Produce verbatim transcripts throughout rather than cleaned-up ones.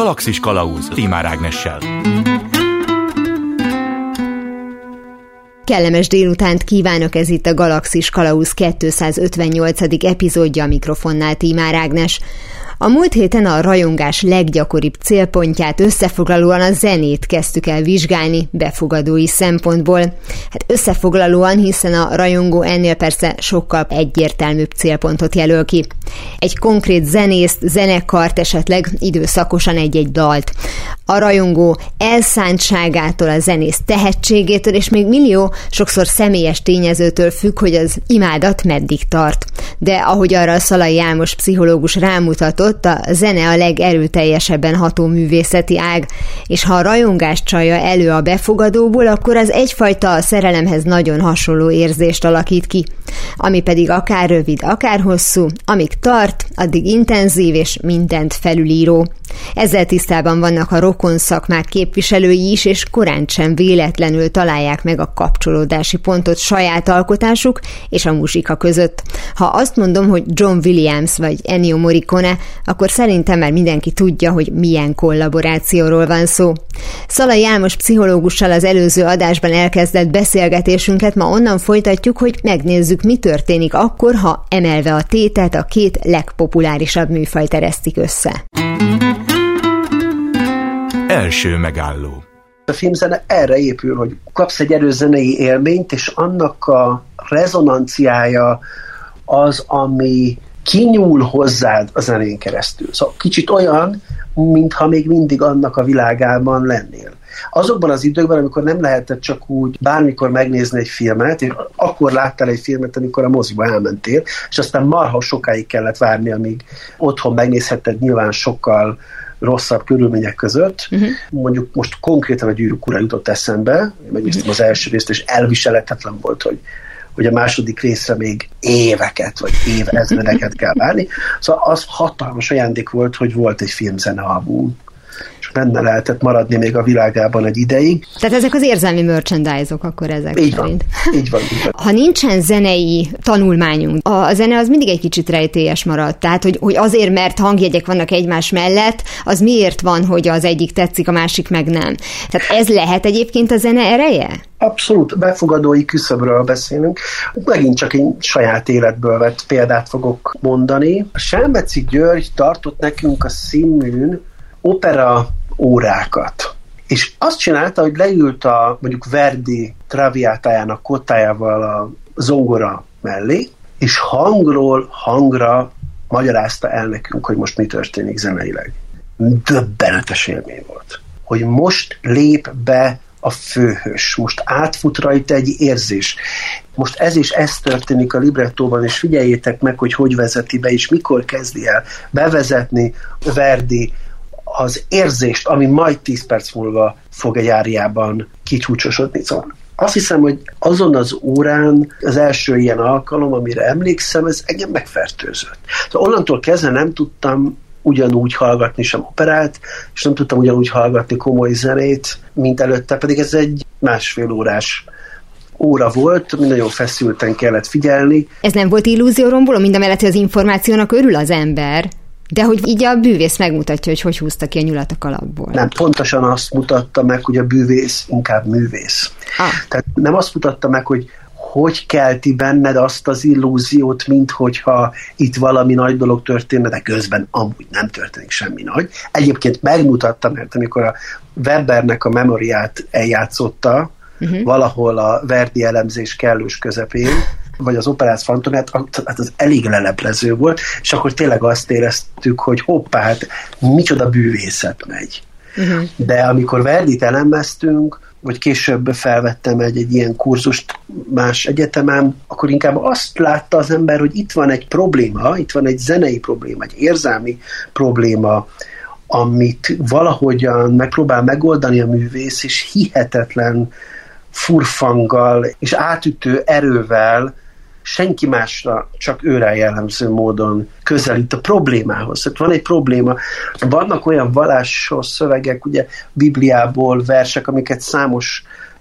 Galaxis Kalauz Tímár Ágnessel. Kellemes délutánt kívánok, ez itt a Galaxis Kalauz kétszázötvennyolcadik epizódja, a mikrofonnál Tímár Ágnes. A múlt héten a rajongás leggyakoribb célpontját összefoglalóan a zenét kezdtük el vizsgálni befogadói szempontból. Hát összefoglalóan, hiszen a rajongó ennél persze sokkal egyértelműbb célpontot jelöl ki. Egy konkrét zenészt, zenekart, esetleg időszakosan egy-egy dalt. A rajongó elszántságától, a zenész tehetségétől és még millió, sokszor személyes tényezőtől függ, hogy az imádat meddig tart. De ahogy arra a Szalai János pszichológus rámutatott, a zene a legerőteljesebben ható művészeti ág, és ha a rajongás csalja elő a befogadóból, akkor az egyfajta a szerelemhez nagyon hasonló érzést alakít ki, ami pedig akár rövid, akár hosszú, amíg tart, addig intenzív és mindent felülíró. Ezzel tisztában vannak a rokon szakmák képviselői is, és korán sem véletlenül találják meg a kapcsolódási pontot saját alkotásuk és a muzsika között. Ha azt mondom, hogy John Williams vagy Ennio Morricone, akkor szerintem már mindenki tudja, hogy milyen kollaborációról van szó. Szalai János pszichológussal az előző adásban elkezdett beszélgetésünket ma onnan folytatjuk, hogy megnézzük, mi történik akkor, ha emelve a tétet a két legpopulárisabb műfajt eresztik össze. Első megálló. A filmzene erre épül, hogy kapsz egy erős zenei élményt, és annak a rezonanciája az, ami kinyúl hozzád a zenén keresztül. Szóval kicsit olyan, mintha még mindig annak a világában lennél. Azokban az időkben, amikor nem lehetett csak úgy bármikor megnézni egy filmet, és akkor láttál egy filmet, amikor a moziba elmentél, és aztán marha sokáig kellett várni, amíg otthon megnézhetted, nyilván sokkal rosszabb körülmények között. Uh-huh. Mondjuk most konkrétan a Gyűrűk ura jutott eszembe, megnéztem az első részt, és elviselhetetlen volt, hogy hogy a második részre még éveket, vagy évezredeket kell várni. Szóval az hatalmas ajándék volt, hogy volt egy filmzene album. És benne lehetett maradni még a világában egy ideig. Tehát ezek az érzelmi merchandise-ok akkor ezek így szerint. Van, így van, így van. Ha nincsen zenei tanulmányunk, a zene az mindig egy kicsit rejtélyes marad. Tehát, hogy, hogy azért, mert hangjegyek vannak egymás mellett, az miért van, hogy az egyik tetszik, a másik meg nem. Tehát ez lehet egyébként a zene ereje? Abszolút, befogadói küszöbről beszélünk. Megint csak egy saját életből vett példát fogok mondani. A Selmeczi György tartott nekünk a Színműn opera órákat. És azt csinálta, hogy leült a mondjuk Verdi Traviátájának kottájával a zongora mellé, és hangról hangra magyarázta el nekünk, hogy most mi történik zeneileg. Döbbenetes élmény volt. Hogy most lép be a főhős, most átfut rajta egy érzés. Most ez és ez történik a librettóban, és figyeljétek meg, hogy hogy vezeti be, és mikor kezdi el bevezetni Verdi az érzést, ami majd tíz perc múlva fog egy áriában kicsúcsosodni. Szóval azt hiszem, hogy azon az órán az első ilyen alkalom, amire emlékszem, ez engem megfertőzött. Szóval onnantól kezdve nem tudtam ugyanúgy hallgatni sem operát, és nem tudtam ugyanúgy hallgatni komoly zenét, mint előtte, pedig ez egy másfél órás óra volt, ami nagyon feszülten kellett figyelni. Ez nem volt illúzióromboló, mindamellett, hogy az információnak örül az ember, de hogy így a bűvész megmutatja, hogy hogy húzta ki a nyulat a kalapból. Nem, pontosan azt mutatta meg, hogy a bűvész inkább művész. Ah. Tehát nem azt mutatta meg, hogy hogy kelti benned azt az illúziót, minthogyha itt valami nagy dolog történne, de közben amúgy nem történik semmi nagy. Egyébként megmutatta, mert amikor a Webernek a memoriát eljátszotta, uh-huh. valahol a Verdi elemzés kellős közepén, vagy az Operáz Fantomát, hát az elég leleplező volt, és akkor tényleg azt éreztük, hogy hoppá, hát micsoda bűvészet megy. Uh-huh. De amikor Verdit elemeztünk, vagy később felvettem egy, egy ilyen kurzust más egyetemen, akkor inkább azt látta az ember, hogy itt van egy probléma, itt van egy zenei probléma, egy érzelmi probléma, amit valahogyan megpróbál megoldani a művész, és hihetetlen furfanggal és átütő erővel senki másra, csak őre jellemző módon közelít a problémához. Tehát van egy probléma. Vannak olyan vallásos szövegek, ugye Bibliából versek, amiket számos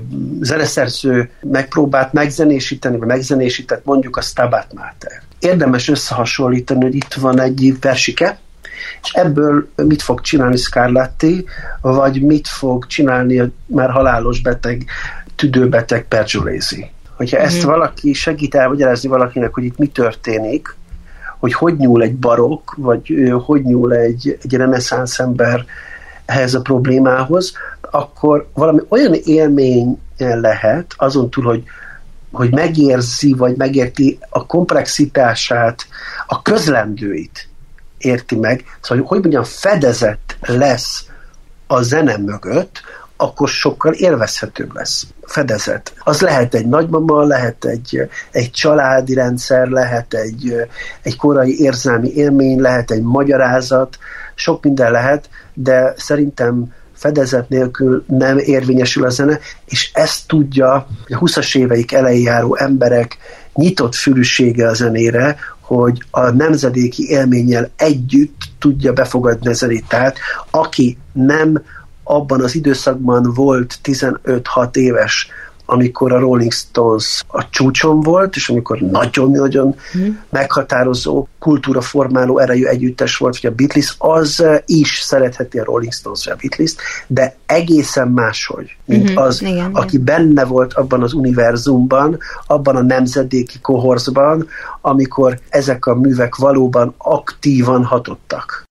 zeneszerző megpróbált megzenésíteni, vagy megzenésített, mondjuk a Stabat Mater. Érdemes összehasonlítani, hogy itt van egy versike, És ebből mit fog csinálni Scarlatti, vagy mit fog csinálni a már halálos beteg, tüdőbeteg Pergolesi. Hogyha ezt mm. valaki segít elmagyarázni valakinek, hogy itt mi történik, hogy hogy nyúl egy barokk, vagy hogy nyúl egy, egy reneszánsz ember ehhez a problémához, akkor valami olyan élmény lehet, azon túl, hogy, hogy megérzi, vagy megérti a komplexitását, a közlendőit érti meg, szóval, hogy mondjam, fedezett lesz a zene mögött, akkor sokkal élvezhetőbb lesz. Fedezet. Az lehet egy nagymama, lehet egy, egy családi rendszer, lehet egy, egy korai érzelmi élmény, lehet egy magyarázat, sok minden lehet, de szerintem fedezet nélkül nem érvényesül a zene, és ezt tudja a huszas éveik elején járó emberek nyitott fülűsége a zenére, hogy a nemzedéki élménnyel együtt tudja befogadni a zenét. Tehát aki nem abban az időszakban volt tizenöt-hat éves, amikor a Rolling Stones a csúcson volt, és amikor nagyon-nagyon mm. meghatározó, kultúraformáló erejű együttes volt, vagy a Beatles, az is szeretheti a Rolling Stones vagy a Beatles, de egészen máshogy, mint mm-hmm. az, igen, aki igen. benne volt abban az univerzumban, abban a nemzedéki kohorszban, amikor ezek a művek valóban aktívan hatottak.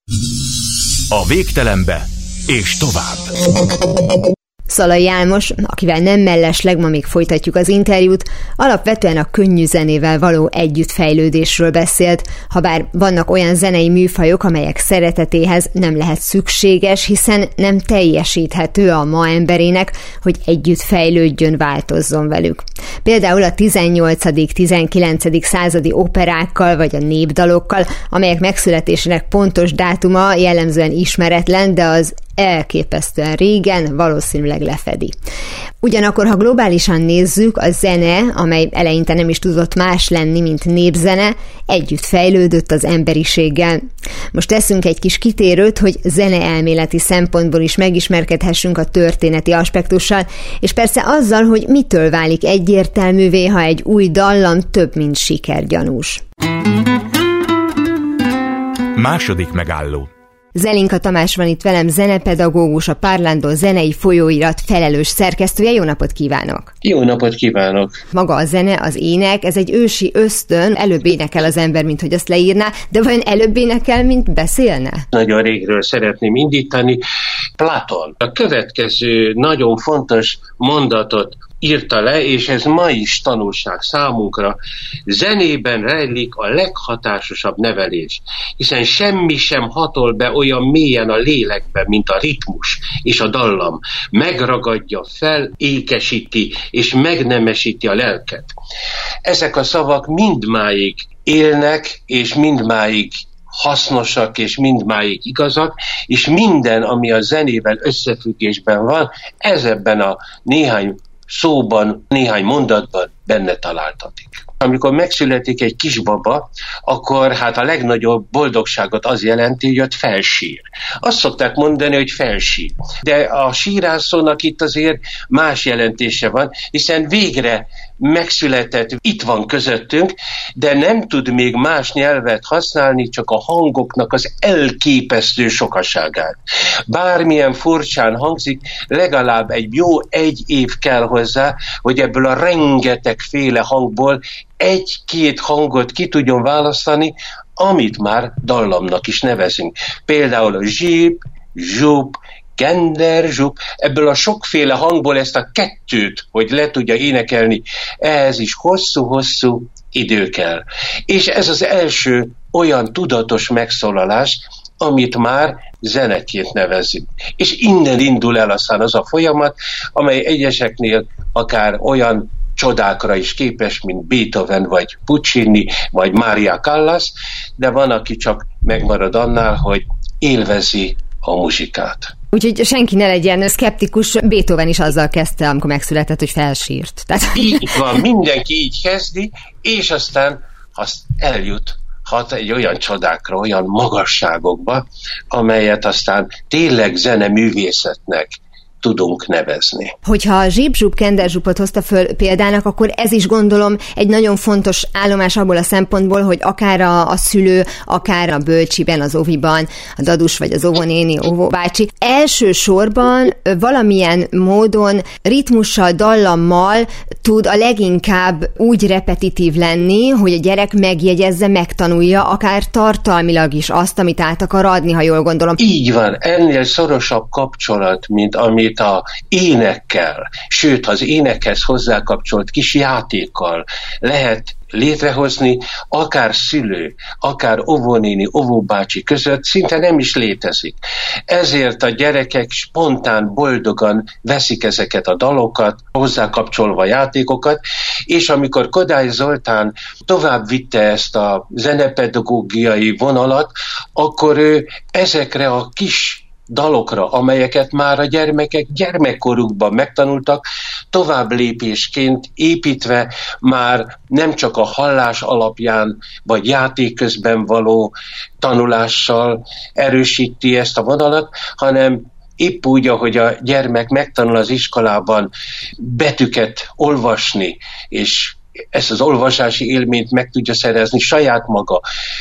A végtelenbe és tovább. Szalai Álmos, akivel nem mellesleg ma még folytatjuk az interjút, alapvetően a könnyű zenével való együttfejlődésről beszélt, habár vannak olyan zenei műfajok, amelyek szeretetéhez nem lehet szükséges, hiszen nem teljesíthető a ma emberének, hogy együtt fejlődjön, változzon velük. Például a tizennyolcadik-tizenkilencedik századi operákkal vagy a népdalokkal, amelyek megszületésének pontos dátuma jellemzően ismeretlen, de az elképesztően régen valószínűleg lefedi. Ugyanakkor, ha globálisan nézzük, a zene, amely eleinte nem is tudott más lenni, mint népzene, együtt fejlődött az emberiséggel. Most teszünk egy kis kitérőt, hogy zeneelméleti szempontból is megismerkedhessünk a történeti aspektussal, és persze azzal, hogy mitől válik egyértelművé, ha egy új dallam több, mint sikergyanús. Második megálló. Zelinka Tamás van itt velem, zenepedagógus, a Parlando zenei folyóirat felelős szerkesztője. Jó napot kívánok! Jó napot kívánok! Maga a zene, az ének, ez egy ősi ösztön, előbb énekel az ember, mint hogy azt leírná, de vajon előbb énekel, mint beszélne? Nagyon régről szeretném indítani. Platon a következő nagyon fontos mondatot írta le, és ez ma is tanulság számunkra. Zenében rejlik a leghatásosabb nevelés, hiszen semmi sem hatol be olyan mélyen a lélekbe, mint a ritmus és a dallam. Megragadja, felékesíti és megnemesíti a lelket. Ezek a szavak mindmáig élnek, és mindmáig hasznosak, és mindmáig igazak, és minden, ami a zenével összefüggésben van, ez ebben a néhány szóban, néhány mondatban benne találtatik. Amikor megszületik egy kisbaba, akkor hát a legnagyobb boldogságot az jelenti, hogy ott felsír. Azt szokták mondani, hogy felsír. De a sírászónak itt azért más jelentése van, hiszen végre megszületett, itt van közöttünk, de nem tud még más nyelvet használni, csak a hangoknak az elképesztő sokaságát. Bármilyen furcsán hangzik, legalább egy jó egy év kell hozzá, hogy ebből a rengetegféle hangból egy-két hangot ki tudjon választani, amit már dallamnak is nevezünk. Például a zsíp, zsup, gender, zsup, ebből a sokféle hangból ezt a kettőt, hogy le tudja énekelni, ehhez is hosszú-hosszú idő kell. És ez az első olyan tudatos megszólalás, amit már zeneként nevezünk. És innen indul el aztán az a folyamat, amely egyeseknél akár olyan csodákra is képes, mint Beethoven, vagy Puccini, vagy Maria Callas, de van, aki csak megmarad annál, hogy élvezi a muzsikát. Úgyhogy senki ne legyen szkeptikus, Beethoven is azzal kezdte, amikor megszületett, hogy felsírt. Tehát... Így van, mindenki így kezdi, és aztán azt eljut hat egy olyan csodákra, olyan magasságokba, amelyet aztán tényleg zeneművészetnek tudunk nevezni. Hogyha a zsíp-zsúp kenderzsúpot hozta föl példának, akkor ez is gondolom egy nagyon fontos állomás abból a szempontból, hogy akár a, a szülő, akár a bölcsiben, az óviban, a dadus vagy az óvonéni, óvóbácsi elsősorban valamilyen módon ritmussal, dallammal tud a leginkább úgy repetitív lenni, hogy a gyerek megjegyezze, megtanulja, akár tartalmilag is azt, amit át akar adni, ha jól gondolom. Így van, ennél szorosabb kapcsolat, mint amit a énekkel, sőt, az énekhez hozzákapcsolt kis játékkal lehet létrehozni, akár szülő, akár óvónéni, óvóbácsi között szinte nem is létezik. Ezért a gyerekek spontán, boldogan veszik ezeket a dalokat, hozzákapcsolva játékokat, és amikor Kodály Zoltán tovább vitte ezt a zenepedagógiai vonalat, akkor ő ezekre a kis dalokra, amelyeket már a gyermekek gyermekkorukban megtanultak, tovább lépésként építve már nem csak a hallás alapján, vagy játék közben való tanulással erősíti ezt a vonalat, hanem épp úgy, ahogy a gyermek megtanul az iskolában betűket olvasni, és ezt az olvasási élményt meg tudja szerezni saját maga.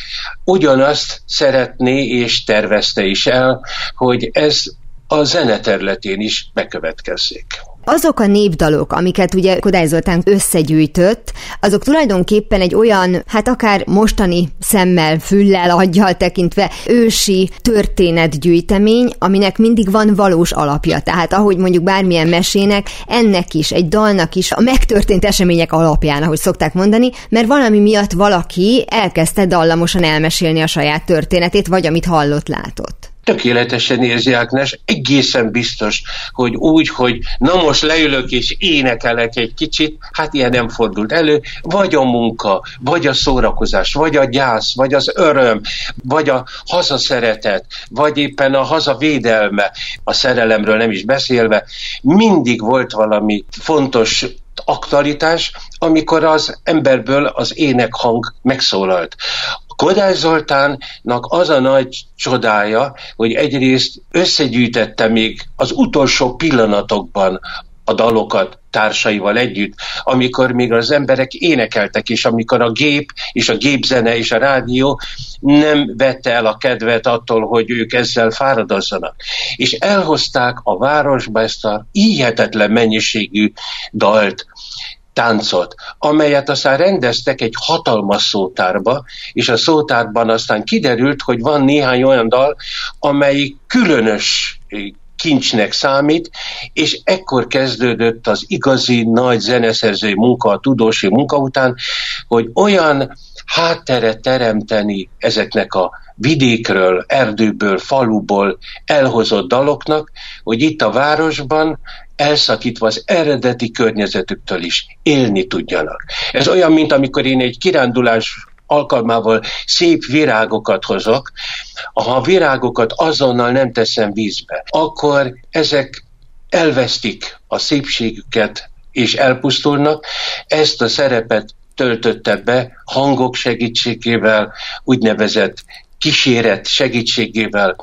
Ugyanazt szeretné és tervezte is el, hogy ez a zene területén is bekövetkezzék. Azok a népdalok, amiket ugye Kodály Zoltán összegyűjtött, azok tulajdonképpen egy olyan, hát akár mostani szemmel, füllel, aggyal tekintve ősi történetgyűjtemény, aminek mindig van valós alapja. Tehát ahogy mondjuk bármilyen mesének, ennek is, egy dalnak is a megtörtént események alapján, ahogy szokták mondani, mert valami miatt valaki elkezdte dallamosan elmesélni a saját történetét, vagy amit hallott, látott. Tökéletesen érzi Ágnes, egészen biztos, hogy úgy, hogy na most leülök és énekelek egy kicsit, hát ilyen nem fordult elő, vagy a munka, vagy a szórakozás, vagy a gyász, vagy az öröm, vagy a hazaszeretet, vagy éppen a hazavédelme, a szerelemről nem is beszélve, mindig volt valami fontos aktualitás, amikor az emberből az énekhang megszólalt. Kodály Zoltánnak az a nagy csodája, hogy egyrészt összegyűjtette még az utolsó pillanatokban a dalokat társaival együtt, amikor még az emberek énekeltek, és amikor a gép, és a gépzene, és a rádió nem vette el a kedvet attól, hogy ők ezzel fáradozzanak. És elhozták a városba ezt a hihetetlen mennyiségű dalt, táncot, amelyet aztán rendeztek egy hatalmas szótárba, és a szótárban aztán kiderült, hogy van néhány olyan dal, amelyik különös kincsnek számít, és ekkor kezdődött az igazi nagy zeneszerzői munka, a tudósi munka után, hogy olyan hátteret teremteni ezeknek a vidékről, erdőből, faluból elhozott daloknak, hogy itt a városban elszakítva az eredeti környezetüktől is élni tudjanak. Ez olyan, mint amikor én egy kirándulás alkalmával szép virágokat hozok, ha a virágokat azonnal nem teszem vízbe, akkor ezek elvesztik a szépségüket és elpusztulnak. Ezt a szerepet töltötte be hangok segítségével, úgynevezett kíséret segítségével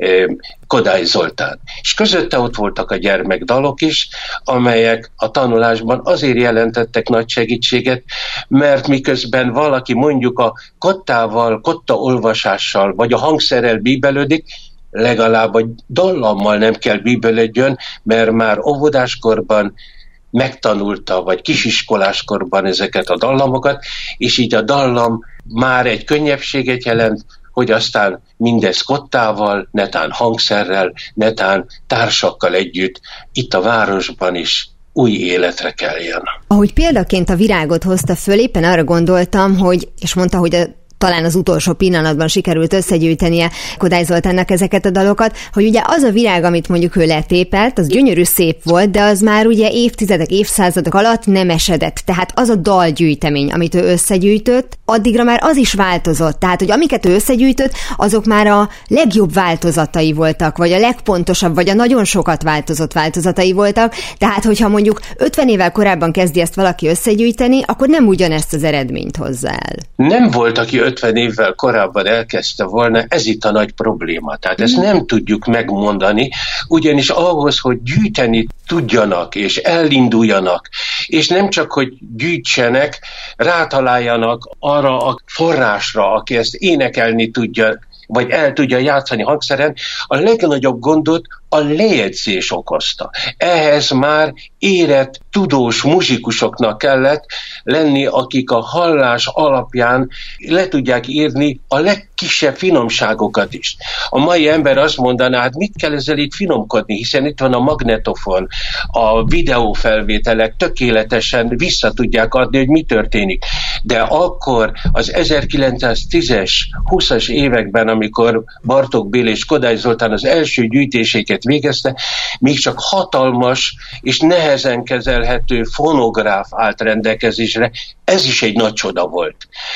Kodály Zoltán. És közötte ott voltak a gyermekdalok is, amelyek a tanulásban azért jelentettek nagy segítséget, mert miközben valaki mondjuk a kottával, kotta olvasással, vagy a hangszerrel bíbelődik, legalább a dallammal nem kell bíbelődjön, mert már óvodáskorban megtanulta, vagy kisiskoláskorban ezeket a dallamokat, és így a dallam már egy könnyebbséget jelent, hogy aztán mindez kottával, netán hangszerrel, netán társakkal együtt itt a városban is új életre keljen. Ahogy példaként a virágot hozta föl, éppen arra gondoltam, hogy, és mondta, hogy a talán az utolsó pillanatban sikerült összegyűjtenie Kodály Zoltánnak ezeket a dalokat, hogy ugye az a virág, amit mondjuk ő letépelt, az gyönyörű, szép volt, de az már ugye évtizedek, évszázadok alatt nem esedett. Tehát az a dalgyűjtemény, amit ő összegyűjtött, addigra már az is változott. Tehát, hogy amiket ő összegyűjtött, azok már a legjobb változatai voltak, vagy a legpontosabb, vagy a nagyon sokat változott változatai voltak. Tehát, hogyha mondjuk ötven évvel korábban kezdi ezt valaki összegyűjteni, akkor nem ugyanezt az eredményt hozza el. Nem volt, aki ötven évvel korábban elkezdte volna, ez itt a nagy probléma. Tehát ezt nem tudjuk megmondani, ugyanis ahhoz, hogy gyűjteni tudjanak, és elinduljanak, és nem csak, hogy gyűjtsenek, rátaláljanak arra a forrásra, aki ezt énekelni tudja, vagy el tudja játszani hangszeren, a legnagyobb gondot a lejegyzés okozta. Ehhez már érett, tudós muzsikusoknak kellett lenni, akik a hallás alapján le tudják írni a legkisebb finomságokat is. A mai ember azt mondaná, hát mit kell ezzel itt finomkodni, hiszen itt van a magnetofon, a videófelvételek tökéletesen vissza tudják adni, hogy mi történik. De akkor az ezerkilencszáztízes, húszas években, amikor Bartók Béla és Kodály Zoltán az első gyűjtéséket végezte, még csak hatalmas és nehezen kezelhető fonográf állt rendelkezésre. Ez is egy nagy csoda volt.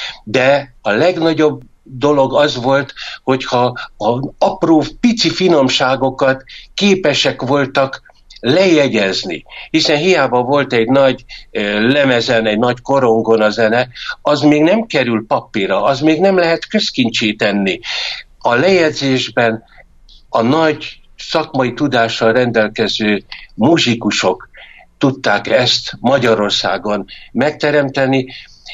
De a legnagyobb dolog az volt, hogyha az apró, pici finomságokat képesek voltak lejegyezni, hiszen hiába volt egy nagy lemezen, egy nagy korongon a zene, az még nem kerül papírra, az még nem lehet közkincsé tenni. A lejegyzésben a nagy szakmai tudással rendelkező muzsikusok tudták ezt Magyarországon megteremteni,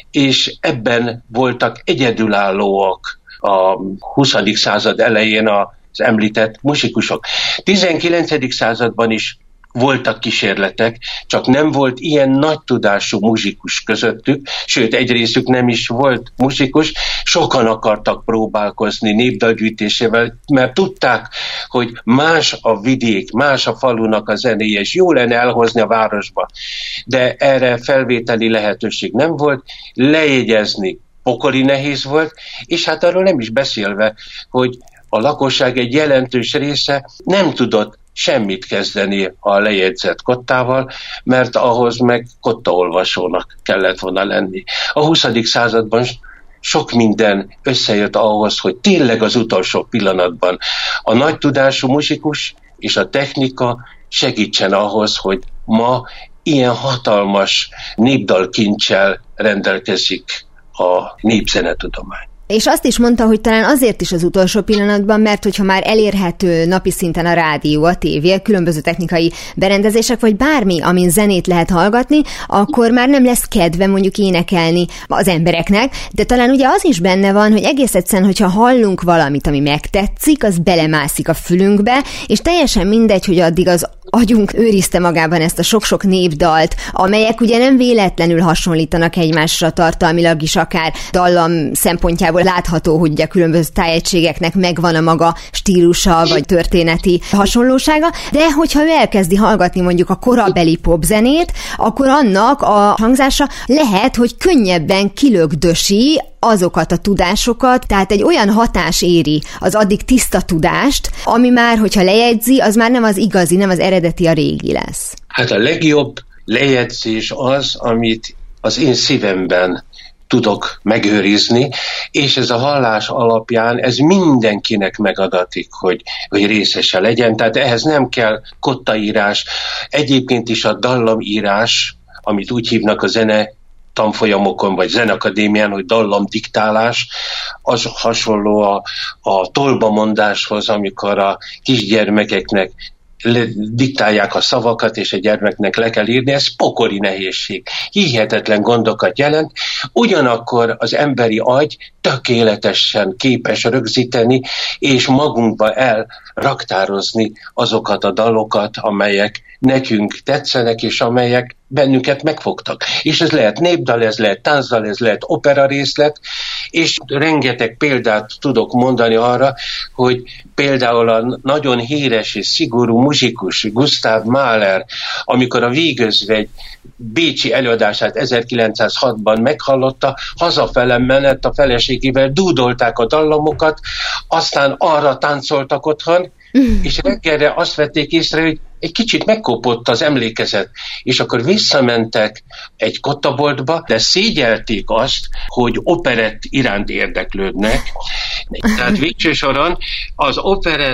és ebben voltak egyedülállóak a huszadik század elején az említett muzsikusok. tizenkilencedik században is voltak kísérletek, csak nem volt ilyen nagy tudású muzsikus közöttük, sőt, egy részük nem is volt muzsikus, sokan akartak próbálkozni népdalgyűjtésével, mert tudták, hogy más a vidék, más a falunak a zenéje, és jó lenne elhozni a városba. De erre felvételi lehetőség nem volt, lejegyezni pokoli nehéz volt, és hát arról nem is beszélve, hogy a lakosság egy jelentős része nem tudott semmit kezdeni a lejegyzett kottával, mert ahhoz meg kottaolvasónak kellett volna lenni. A huszadik században sok minden összejött ahhoz, hogy tényleg az utolsó pillanatban a nagy tudású muzsikus és a technika segítsen ahhoz, hogy ma ilyen hatalmas népdalkincsel rendelkezik a népzenetudomány. És azt is mondta, hogy talán azért is az utolsó pillanatban, mert hogyha már elérhető napi szinten a rádió, a tévé, a különböző technikai berendezések, vagy bármi, amin zenét lehet hallgatni, akkor már nem lesz kedve mondjuk énekelni az embereknek, de talán ugye az is benne van, hogy egész egyszerűen, hogyha hallunk valamit, ami megtetszik, az belemászik a fülünkbe, és teljesen mindegy, hogy addig az agyunk őrizte magában ezt a sok-sok népdalt, amelyek ugye nem véletlenül hasonlítanak egymásra tartalmilag is, akár dallam szempontjából látható, hogy ugye a különböző tájegységeknek megvan a maga stílusa, vagy történeti hasonlósága, de hogyha ő elkezdi hallgatni mondjuk a korabeli popzenét, akkor annak a hangzása lehet, hogy könnyebben kilögdösi azokat a tudásokat, tehát egy olyan hatás éri az addig tiszta tudást, ami már, hogyha lejegyzi, az már nem az igazi, nem az eredeti, a régi lesz. Hát a legjobb lejegyzés az, amit az én szívemben tudok megőrizni, és ez a hallás alapján ez mindenkinek megadatik, hogy, hogy részese legyen, tehát ehhez nem kell kottaírás, egyébként is a dallamírás, amit úgy hívnak a zene tanfolyamokon, vagy zenakadémián, hogy dallamdiktálás, az hasonló a, a tolbamondáshoz, amikor a kisgyermekeknek le, diktálják a szavakat, és a gyermeknek le kell írni, ez pokoli nehézség. Hihetetlen gondokat jelent, ugyanakkor az emberi agy tökéletesen képes rögzíteni, és magunkba elraktározni azokat a dalokat, amelyek nekünk tetszenek, és amelyek bennünket megfogtak. És ez lehet népdal, ez lehet táncdal, ez lehet opera részlet, és rengeteg példát tudok mondani arra, hogy például a nagyon híres és szigorú muzsikus Gustav Mahler, amikor a Végözvegy bécsi előadását ezerkilencszázhatban meghallotta, hazafele menett a feleségével, dúdolták a dallamokat, aztán arra táncoltak otthon, és reggelre azt vették észre, hogy egy kicsit megkopott az emlékezet, és akkor visszamentek egy kottaboltba, de szégyelték azt, hogy operett iránt érdeklődnek. Tehát végső soron az operett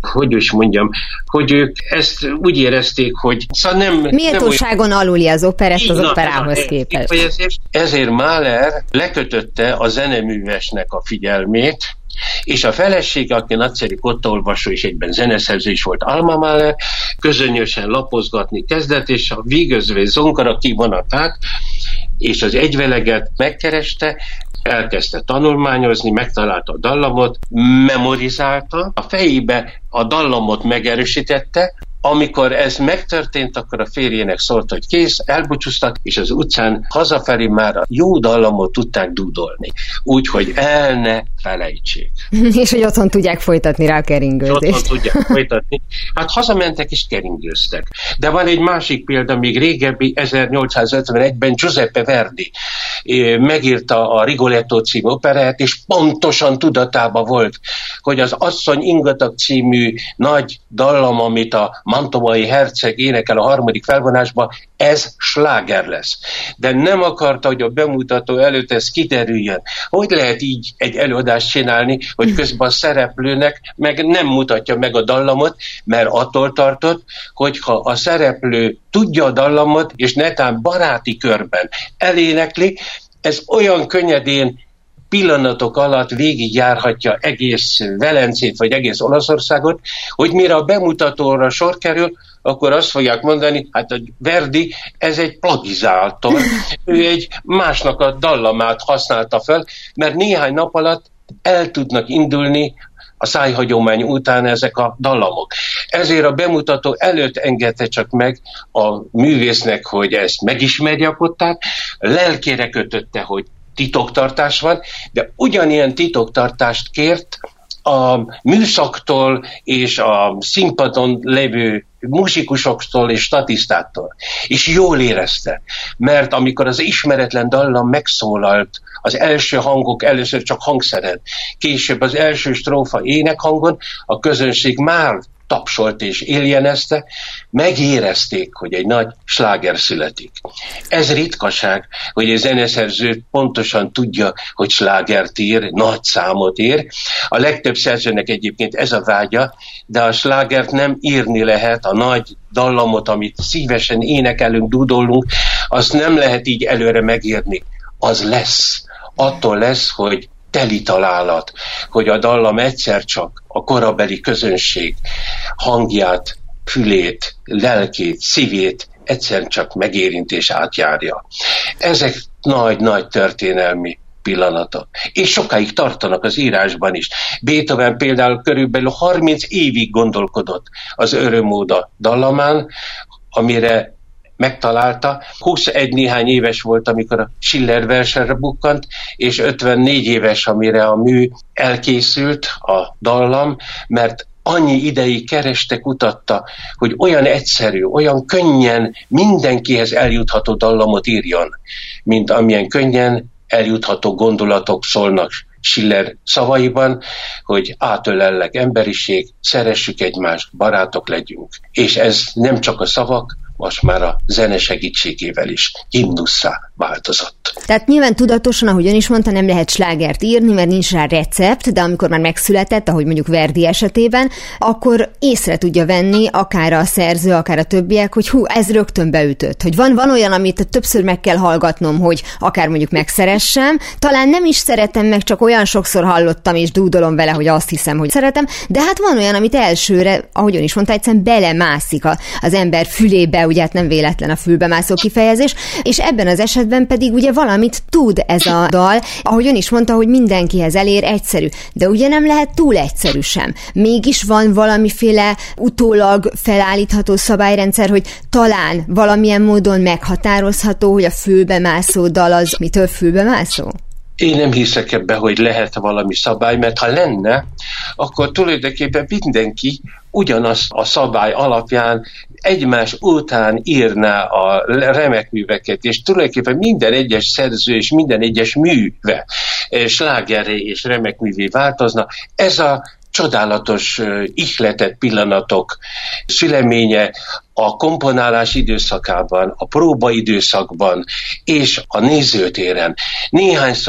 hogy is mondjam, hogy ők ezt úgy érezték, hogy szóval nem... Méltóságon nem aluli az operett az operához képest. Ezért, ezért Mahler lekötötte a zeneművesnek a figyelmét, és a felesége, aki nagyszerű kottaolvasó és egyben zeneszerző is volt, Alma Mahler, közönösen lapozgatni kezdett, és a végözve zongora kivonatát és az egyveleget megkereste, elkezdte tanulmányozni, megtalálta a dallamot, memorizálta, a fejébe a dallamot megerősítette. Amikor ez megtörtént, akkor a férjének szólt, hogy kész, elbúcsúztak, és az utcán hazafelé már a jó dallamot tudták dúdolni. Úgyhogy el ne felejtsék. És hogy otthon tudják folytatni rá a keringőzést. Otthon tudják folytatni. Hát hazamentek és keringőztek. De van egy másik példa, még régebbi, ezernyolcszázötvenegyben Giuseppe Verdi megírta a Rigoletto című operát, és pontosan tudatában volt, hogy az Asszony ingatag című nagy dallam, amit a mantovai herceg énekel a harmadik felvonásban, ez sláger lesz. De nem akarta, hogy a bemutató előtt ez kiderüljön. Hogy lehet így egy előadást csinálni, hogy közben a szereplőnek meg nem mutatja meg a dallamot, mert attól tartott, hogyha a szereplő tudja a dallamot, és netán baráti körben elénekli, ez olyan könnyedén pillanatok alatt végigjárhatja egész Velencét, vagy egész Olaszországot, hogy mire a bemutatóra sor kerül, akkor azt fogják mondani, hát a Verdi, ez egy plagizátor, ő egy másnak a dallamát használta fel, mert néhány nap alatt el tudnak indulni a szájhagyomány után ezek a dallamok. Ezért a bemutató előtt engedte csak meg a művésznek, hogy ezt megismerje a kottát, lelkére kötötte, hogy titoktartás van, de ugyanilyen titoktartást kért a műszaktól és a színpadon lévő muzsikusoktól és statisztáktól. És jól érezte, mert amikor az ismeretlen dallam megszólalt, az első hangok először csak hangszeren, később az első strófa énekhangon, a közönség már tapsolt és éljenezte, megérezték, hogy egy nagy sláger születik. Ez ritkaság, hogy egy zeneszerző pontosan tudja, hogy slágert ír, nagy számot ír. A legtöbb szerzőnek egyébként ez a vágya, de a slágert nem írni lehet, a nagy dallamot, amit szívesen énekelünk, dúdolunk, azt nem lehet így előre megírni. Az lesz. Attól lesz, hogy teli találat, hogy a dallam egyszer csak a korabeli közönség hangját, fülét, lelkét, szívét egyszer csak megérint és átjárja. Ezek nagy-nagy történelmi pillanatok. És sokáig tartanak az írásban is. Beethoven például körülbelül harminc évig gondolkodott az Örömóda dallamán, amire megtalálta. huszonegy néhány éves volt, amikor a Schiller versenre bukkant, és ötvennégy éves, amire a mű elkészült, a dallam, mert annyi ideig kereste, kutatta, hogy olyan egyszerű, olyan könnyen mindenkihez eljutható dallamot írjon, mint amilyen könnyen eljutható gondolatok szólnak Schiller szavaiban, hogy átölellek emberiség, szeressük egymást, barátok legyünk. És ez nem csak a szavak, most már a zene segítségével is himnusszá változott. Tehát nyilván tudatosan, ahogy ön is mondta, nem lehet slágert írni, mert nincs rá recept, de amikor már megszületett, ahogy mondjuk Verdi esetében, akkor észre tudja venni akár a szerző, akár a többiek, hogy hú, ez rögtön beütött. Hogy van, van olyan, amit többször meg kell hallgatnom, hogy akár mondjuk megszeressem, talán nem is szeretem meg, csak olyan sokszor hallottam és dúdolom vele, hogy azt hiszem, hogy szeretem, de hát van olyan, amit elsőre, ahogy ön is mondta, egyszerűen belemászik az ember fülébe, ugye hát nem véletlen a fülbemászó kifejezés, és ebben az esetben pedig ugye valamit tud ez a dal, ahogy ön is mondta, hogy mindenkihez elér, egyszerű, de ugye nem lehet túl egyszerű sem. Mégis van valamiféle utólag felállítható szabályrendszer, hogy talán valamilyen módon meghatározható, hogy a fülbemászó dal az mitől fülbemászó? Én nem hiszek ebbe, hogy lehet valami szabály, mert ha lenne, akkor tulajdonképpen mindenki ugyanaz a szabály alapján egymás után írná a remek műveket, és tulajdonképpen minden egyes szerző és minden egyes műve slágerre és remek művé változna. Ez a csodálatos ihletett pillanatok szüleménye a komponálás időszakában, a próbaidőszakban és a nézőtéren. Néhányszor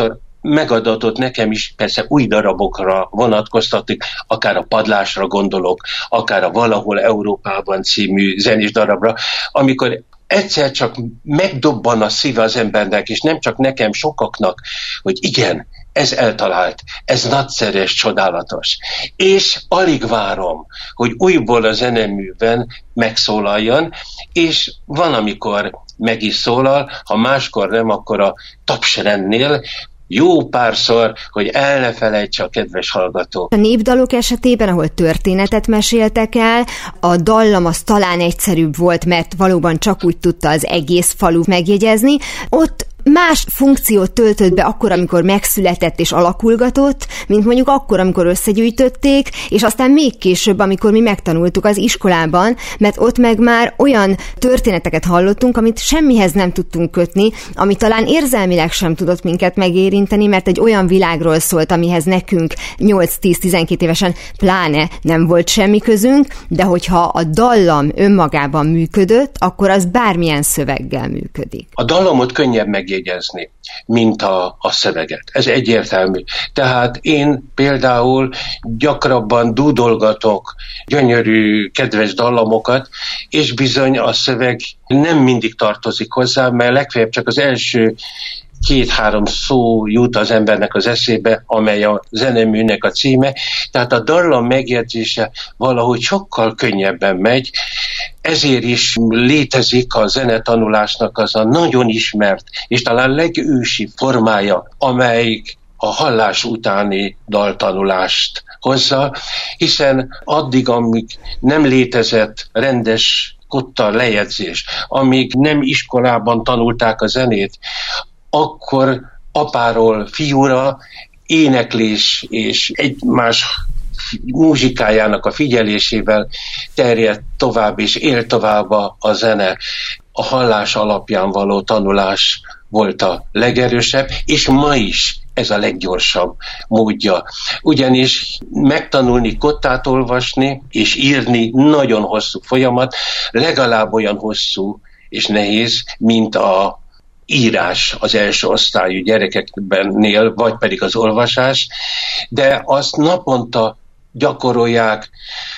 megadatott nekem is, persze új darabokra vonatkoztatik, akár a Padlásra gondolok, akár a Valahol Európában című zenés darabra, amikor egyszer csak megdobban a szíve az embernek, és nem csak nekem, sokaknak, hogy igen, ez eltalált, ez nagyszeres, csodálatos. És alig várom, hogy újból a zeneműben megszólaljon, és van, amikor meg is szólal, ha máskor nem, akkor a tapsrendnél, jó párszor, hogy el ne felejtse a kedves hallgató. A népdalok esetében, ahol történetet meséltek el, a dallam az talán egyszerűbb volt, mert valóban csak úgy tudta az egész falu megjegyezni. Ott más funkciót töltött be akkor, amikor megszületett és alakulgatott, mint mondjuk akkor, amikor összegyűjtötték, és aztán még később, amikor mi megtanultuk az iskolában, mert ott meg már olyan történeteket hallottunk, amit semmihez nem tudtunk kötni, ami talán érzelmileg sem tudott minket megérinteni, mert egy olyan világról szólt, amihez nekünk nyolc-tíz-tizenkét évesen pláne nem volt semmi közünk, de hogyha a dallam önmagában működött, akkor az bármilyen szöveggel működik. A dallamot könnyebb megjegyezni, mint a, a szöveget. Ez egyértelmű. Tehát én például gyakrabban dúdolgatok gyönyörű, kedves dallamokat, és bizony a szöveg nem mindig tartozik hozzá, mert legfeljebb csak az első két-három szó jut az embernek az eszébe, amely a zeneműnek a címe, tehát a dallam megjegyzése valahogy sokkal könnyebben megy, ezért is létezik a zenetanulásnak az a nagyon ismert, és talán legősi formája, amelyik a hallás utáni daltanulást hozza, hiszen addig, amíg nem létezett rendes kotta lejegyzés, amíg nem iskolában tanulták a zenét, akkor apáról fiúra éneklés és egymás muzsikájának a figyelésével terjedt tovább és él tovább a zene. A hallás alapján való tanulás volt a legerősebb, és ma is ez a leggyorsabb módja. Ugyanis megtanulni kottát olvasni és írni nagyon hosszú folyamat, legalább olyan hosszú és nehéz, mint a írás az első osztályú gyerekeknél, vagy pedig az olvasás, de azt naponta gyakorolják.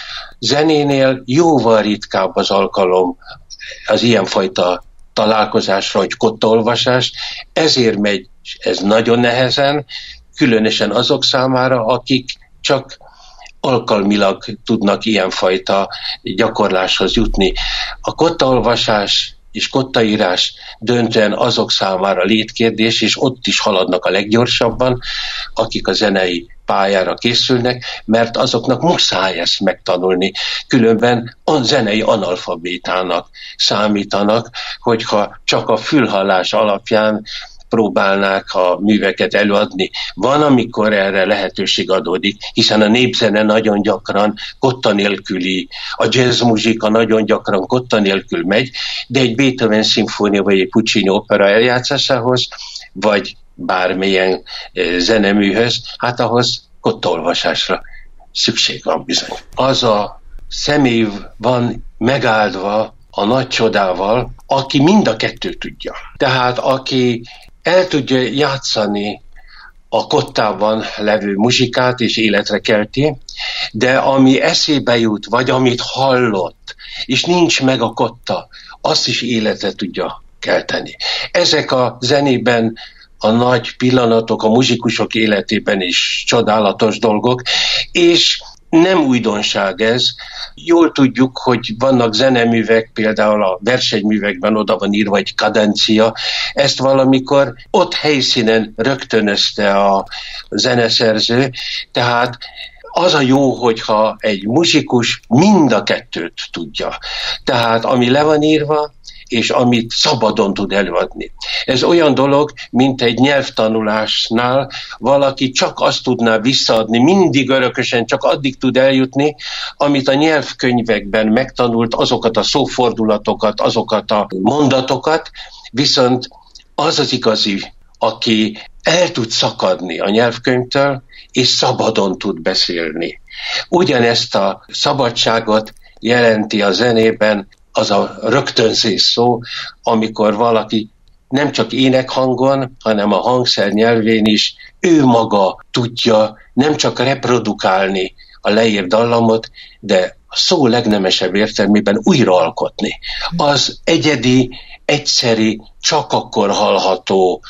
Zenénél jóval ritkább az alkalom az ilyenfajta találkozásra, hogy kottaolvasás, ezért megy ez nagyon nehezen, különösen azok számára, akik csak alkalmilag tudnak ilyenfajta gyakorláshoz jutni. A kottaolvasás és kottaírás döntően azok számára létkérdés, és ott is haladnak a leggyorsabban, akik a zenei pályára készülnek, mert azoknak muszáj ezt megtanulni. Különben a zenei analfabétának számítanak, hogyha csak a fülhallás alapján próbálnák a műveket előadni. Van, amikor erre lehetőség adódik, hiszen a népzene nagyon gyakran kotta nélküli, a jazzmuzsika nagyon gyakran kotta nélkül megy, de egy Beethoven szimfónia vagy egy Puccini opera eljátszásához, vagy bármilyen zeneműhöz, hát ahhoz kottaolvasásra szükség van bizony. Az a személy van megáldva a nagy csodával, aki mind a kettőt tudja. Tehát aki el tudja játszani a kottában levő muzsikát és életre kelti, de ami eszébe jut, vagy amit hallott, és nincs meg a kotta, azt is életre tudja kelteni. Ezek a zenében a nagy pillanatok, a muzsikusok életében is csodálatos dolgok, és nem újdonság ez. Jól tudjuk, hogy vannak zeneművek, például a versenyművekben oda van írva egy kadencia, ezt valamikor ott helyszínen rögtönözte a zeneszerző, tehát az a jó, hogyha egy muzsikus mind a kettőt tudja. Tehát ami le van írva, és amit szabadon tud előadni. Ez olyan dolog, mint egy nyelvtanulásnál valaki csak azt tudná visszaadni, mindig örökösen csak addig tud eljutni, amit a nyelvkönyvekben megtanult, azokat a szófordulatokat, azokat a mondatokat, viszont az az igazi, aki el tud szakadni a nyelvkönyvtől, és szabadon tud beszélni. Ugyanezt a szabadságot jelenti a zenében az a rögtönzés szó, amikor valaki nem csak énekhangon, hanem a hangszer nyelvén is ő maga tudja nem csak reprodukálni a leírt dallamot, de a szó legnemesebb értelmében újraalkotni. Az egyedi, egyszeri, csak akkor hallható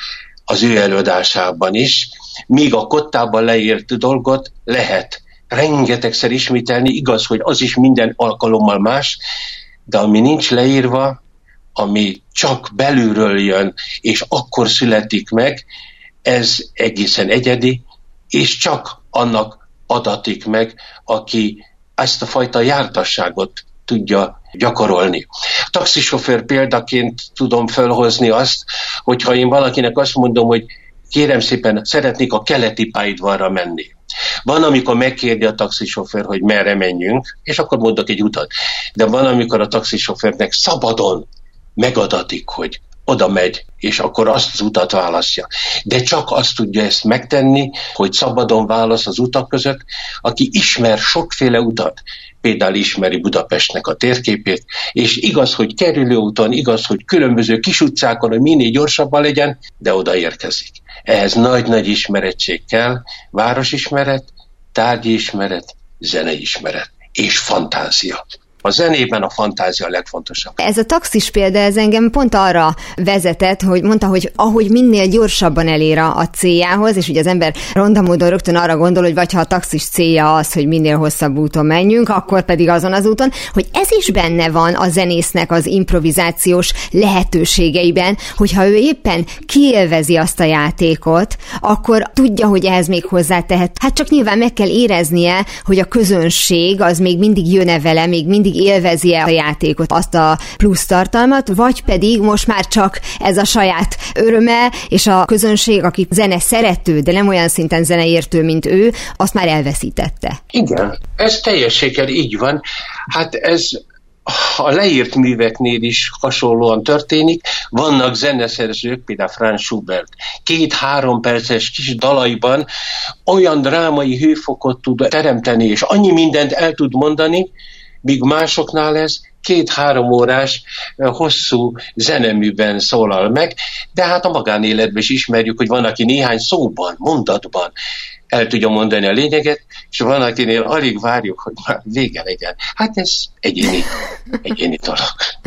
az ő előadásában is, míg a kottában leírt dolgot lehet rengetegszer ismételni, igaz, hogy az is minden alkalommal más, de ami nincs leírva, ami csak belülről jön, és akkor születik meg, ez egészen egyedi, és csak annak adatik meg, aki ezt a fajta jártasságot tudja gyakorolni. A taxisofőr példaként tudom felhozni azt, hogyha én valakinek azt mondom, hogy kérem szépen, szeretnék a keleti pályaudvarra menni. Van, amikor megkérdi a taxisofőr, hogy merre menjünk, és akkor mondok egy utat. De van, amikor a taxisofőrnek szabadon megadatik, hogy oda megy, és akkor azt az utat választja. De csak azt tudja ezt megtenni, hogy szabadon válasz az utak között, aki ismer sokféle utat, például ismeri Budapestnek a térképét, és igaz, hogy kerülőúton, igaz, hogy különböző kis utcákon, hogy minél gyorsabban legyen, de oda érkezik. Ehhez nagy-nagy ismerettség kell, városismeret, tárgyismeret, zeneismeret és fantázia. A zenében a fantázia a legfontosabb. Ez a taxis példa, ez engem pont arra vezetett, hogy mondta, hogy ahogy minél gyorsabban elér a céljához, és ugye az ember ronda módon rögtön arra gondol, hogy vagy ha a taxis célja az, hogy minél hosszabb úton menjünk, akkor pedig azon az úton, hogy ez is benne van a zenésznek az improvizációs lehetőségeiben, hogyha ő éppen kiélvezi azt a játékot, akkor tudja, hogy ehhez még hozzátehet. Hát csak nyilván meg kell éreznie, hogy a közönség az még mindig jön-e vele, még mindig élvezi-e a játékot, azt a plusz tartalmat, vagy pedig most már csak ez a saját öröme, és a közönség, aki zene szerető, de nem olyan szinten zeneértő, mint ő, azt már elveszítette. Igen, ez teljességgel így van. Hát ez a leírt műveknél is hasonlóan történik. Vannak zeneszerzők, például Franz Schubert, két-három perces kis dalaiban olyan drámai hőfokot tud teremteni, és annyi mindent el tud mondani, míg másoknál ez két-három órás hosszú zeneműben szólal meg, de hát a magánéletben is ismerjük, hogy van, aki néhány szóban, mondatban el tudja mondani a lényeget, és van, akinél alig várjuk, hogy már vége legyen. Hát ez egyéni, egyéni dolog.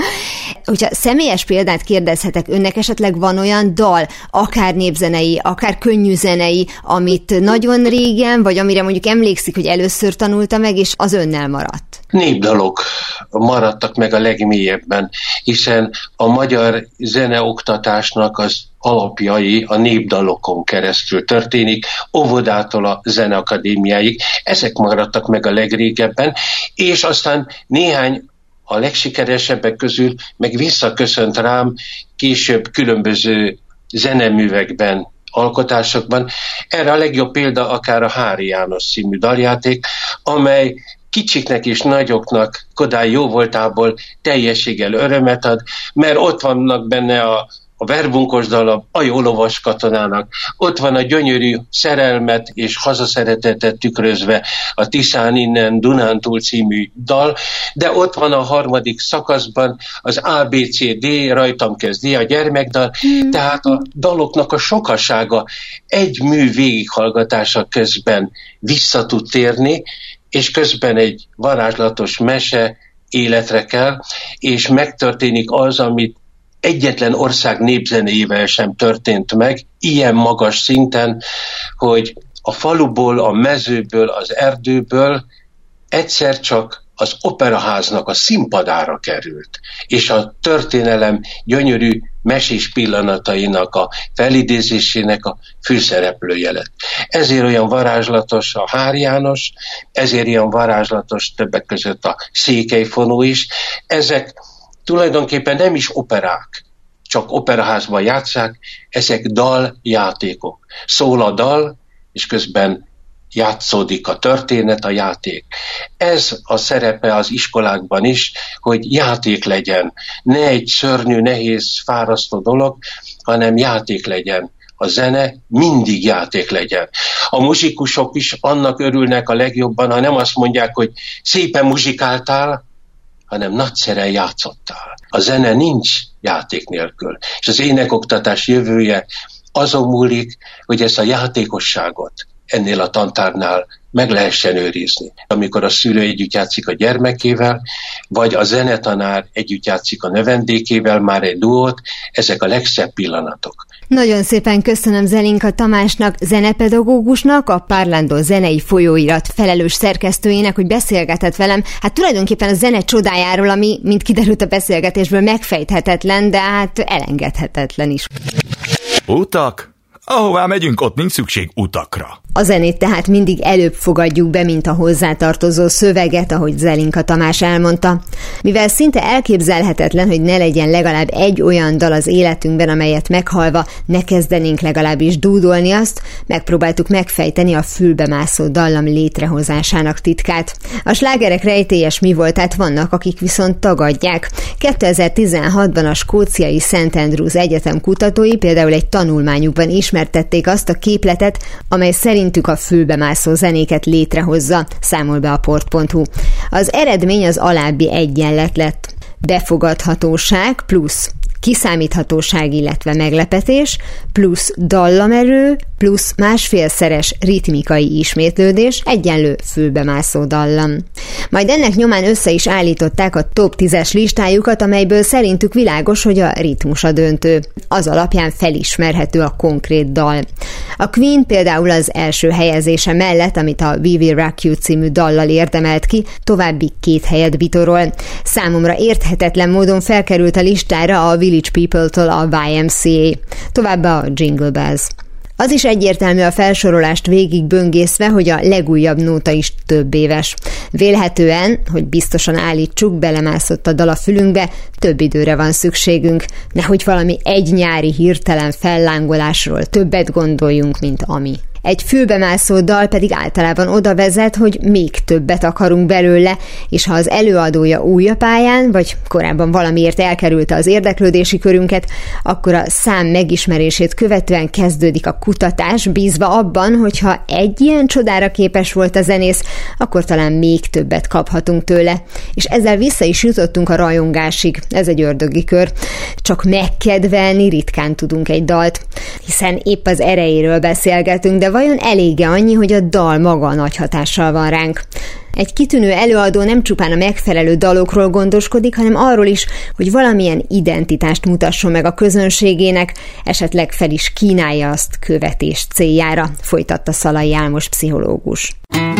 Hogyha személyes példát kérdezhetek, önnek esetleg van olyan dal, akár népzenei, akár könnyű zenei, amit nagyon régen, vagy amire mondjuk emlékszik, hogy először tanulta meg, és az önnel maradt? Népdalok maradtak meg a legmélyebben, hiszen a magyar zeneoktatásnak az alapjai a népdalokon keresztül történik, óvodától a zeneakadémiáig. Ezek maradtak meg a legrégebben, és aztán néhány a legsikeresebbek közül meg visszaköszönt rám később különböző zeneművekben, alkotásokban. Erre a legjobb példa akár a Hári János című daljáték, amely kicsiknek és nagyoknak Kodály jóvoltából teljességgel örömet ad, mert ott vannak benne a a verbunkos dal a jó lovas katonának, ott van a gyönyörű szerelmet és hazaszeretetet tükrözve a Tiszán innen Dunántúl című dal, de ott van a harmadik szakaszban az á bé cé dé, rajtam kezdi a gyermekdal, mm. tehát a daloknak a sokasága egy mű végighallgatása közben vissza tud térni, és közben egy varázslatos mese életre kell, és megtörténik az, amit egyetlen ország népzenéjével sem történt meg, ilyen magas szinten, hogy a faluból, a mezőből, az erdőből egyszer csak az operaháznak a színpadára került, és a történelem gyönyörű mesés pillanatainak a felidézésének a főszereplője lett. Ezért olyan varázslatos a Hári János, ezért ilyen varázslatos többek között a Székelyfonó is. Ezek tulajdonképpen nem is operák, csak operaházban játsszák, ezek daljátékok. Szól a dal, és közben játszódik a történet, a játék. Ez a szerepe az iskolákban is, hogy játék legyen. Ne egy szörnyű, nehéz, fárasztó dolog, hanem játék legyen. A zene mindig játék legyen. A muzsikusok is annak örülnek a legjobban, ha nem azt mondják, hogy szépen muzsikáltál, hanem nagyszerűen játszottál. A zene nincs játék nélkül. És az énekoktatás jövője azon múlik, hogy ezt a játékosságot ennél a tantárnál meg lehessen őrizni. Amikor a szülő együtt játszik a gyermekével, vagy a zenetanár együtt játszik a növendékével, már egy duót, ezek a legszebb pillanatok. Nagyon szépen köszönöm Zelinka Tamásnak, zenepedagógusnak, a Parlando zenei folyóirat felelős szerkesztőjének, hogy beszélgetett velem. Hát tulajdonképpen a zene csodájáról, ami, mint kiderült a beszélgetésből, megfejthetetlen, de hát elengedhetetlen is. Utak? Ahová megyünk, ott nincs szükség utakra. A zenét tehát mindig előbb fogadjuk be, mint a hozzátartozó szöveget, ahogy Zelinka Tamás elmondta. Mivel szinte elképzelhetetlen, hogy ne legyen legalább egy olyan dal az életünkben, amelyet meghallva ne kezdenénk legalábbis dúdolni azt, megpróbáltuk megfejteni a fülbemászó dallam létrehozásának titkát. A slágerek rejtélyes mi voltát vannak, akik viszont tagadják. kétezer-tizenhatban a skóciai Szent Andrews Egyetem kutatói például egy tanulmányukban ismertették azt a képletet, amely szerint a fülbemászó zenéket létrehozza, számol be a port pont hu. Az eredmény az alábbi egyenlet lett: befogadhatóság plusz kiszámíthatóság, illetve meglepetés, plusz dallamerő, plusz másfélszeres ritmikai ismétlődés, egyenlő fülbemászó dallam. Majd ennek nyomán össze is állították a top tízes listájukat, amelyből szerintük világos, hogy a ritmus a döntő. Az alapján felismerhető a konkrét dal. A Queen például az első helyezése mellett, amit a We Will Rock You című dallal érdemelt ki, további két helyet bitorol. Számomra érthetetlen módon felkerült a listára a Village People-től a Y M C A, továbbá a Jingle Bells. Az is egyértelmű a felsorolást végig böngészve, hogy a legújabb nóta is több éves. Vélhetően, hogy biztosan állítsuk, belemászott a dal a fülünkbe, több időre van szükségünk, nehogy valami egy nyári hirtelen fellángolásról többet gondoljunk, mint ami. Egy fülbemászó dal pedig általában oda vezet, hogy még többet akarunk belőle, és ha az előadója új a pályán, vagy korábban valamiért elkerülte az érdeklődési körünket, akkor a szám megismerését követően kezdődik a kutatás, bízva abban, hogyha egy ilyen csodára képes volt a zenész, akkor talán még többet kaphatunk tőle. És ezzel vissza is jutottunk a rajongásig. Ez egy ördögi kör. Csak megkedvelni ritkán tudunk egy dalt, hiszen épp az erejéről beszélgetünk, de vajon elége annyi, hogy a dal maga nagy hatással van ránk? Egy kitűnő előadó nem csupán a megfelelő dalokról gondoskodik, hanem arról is, hogy valamilyen identitást mutasson meg a közönségének, esetleg fel is kínálja azt követés céljára, folytatta Szalai Álmos pszichológus.